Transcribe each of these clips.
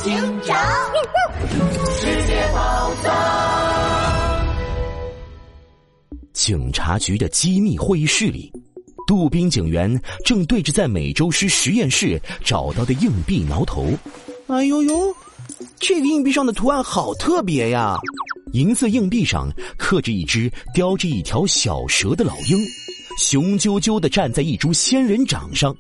警长，世界宝藏。 警察局的机密会议室里，杜宾警员正对着在美洲狮实验室找到的硬币挠头。 哎呦呦，这个硬币上的图案好特别呀！ 银色硬币上刻着一只叼着一条小蛇的老鹰，雄赳赳地站在一株仙人掌上。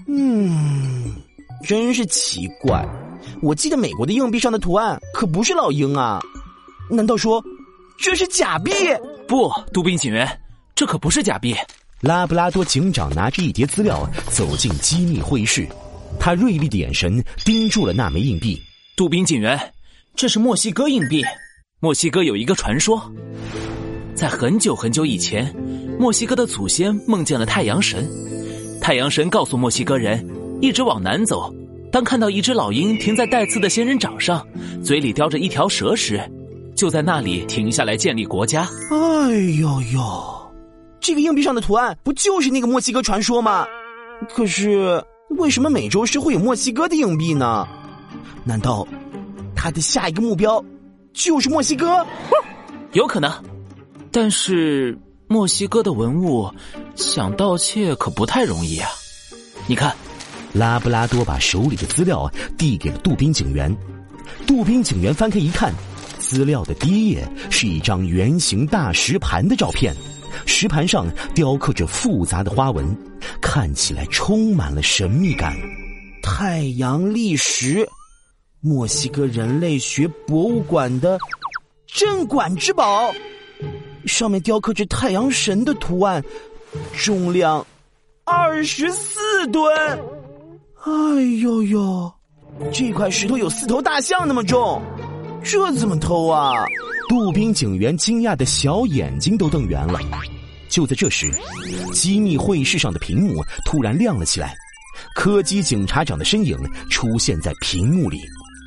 真是奇怪，我记得美国的硬币上的图案可不是老鹰啊，难道说这是假币？ 不，杜宾警员，这可不是假币。 拉布拉多警长拿着一叠资料走进机密会议室，他锐利的眼神盯住了那枚硬币。 杜宾警员，这是墨西哥硬币。墨西哥有一个传说，在很久很久以前，墨西哥的祖先梦见了太阳神。太阳神告诉墨西哥人，一直往南走，当看到一只老鹰停在带刺的仙人掌上，嘴里叼着一条蛇时，就在那里停下来建立国家。 哎呦呦，这个硬币上的图案不就是那个墨西哥传说吗？可是为什么美洲狮会有墨西哥的硬币呢？难道他的下一个目标就是墨西哥？ 有可能，但是墨西哥的文物想盗窃可不太容易啊。你看， 拉布拉多把手里的资料递给了杜宾警员。杜宾警员翻开一看，资料的第一页是一张圆形大石盘的照片，石盘上雕刻着复杂的花纹，看起来充满了神秘感。 太阳历石，墨西哥人类学博物馆的镇馆之宝，上面雕刻着太阳神的图案，重量24吨。哎呦呦，这块石头有4头大象那么重，这怎么偷啊？ 杜宾警员惊讶的小眼睛都瞪圆了。就在这时，机密会议室上的屏幕突然亮了起来，柯基警察长的身影出现在屏幕里。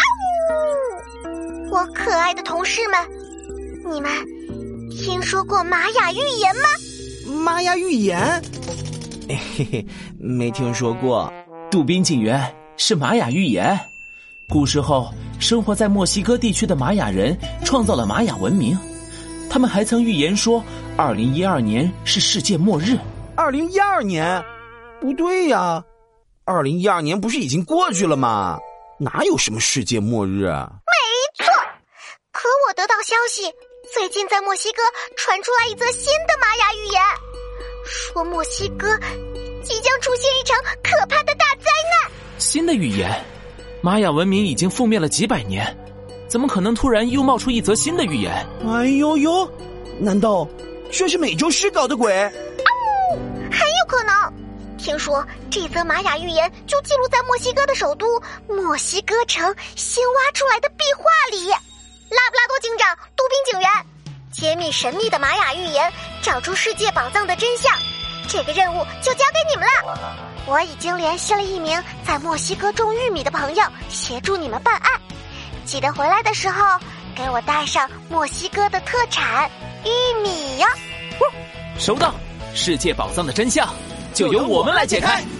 我可爱的同事们，你们听说过玛雅预言吗？ 玛雅预言？嘿嘿，没听说过。 杜宾警员，是玛雅预言。古时候生活在墨西哥地区的玛雅人创造了玛雅文明，他们还曾预言说2012年是世界末日。 2012年？不对呀，2012年不是已经过去了吗？哪有什么世界末日啊？ 没错，可我得到消息，最近在墨西哥传出来一则新的玛雅预言，说墨西哥即将出现一场可怕的大灾难。 新的预言？玛雅文明已经覆灭了几百年，怎么可能突然又冒出一则新的预言？ 哎呦呦，难道这是美洲狮搞的鬼？ 很有可能。听说这则玛雅预言就记录在墨西哥的首都墨西哥城新挖出来的壁画里。拉布拉多警长，杜宾警员，揭秘神秘的玛雅预言，找出世界宝藏的真相，这个任务就交给你们了。我已经联系了一名在墨西哥种玉米的朋友，协助你们办案。记得回来的时候给我带上墨西哥的特产玉米哟。 收到，世界宝藏的真相就由我们来解开。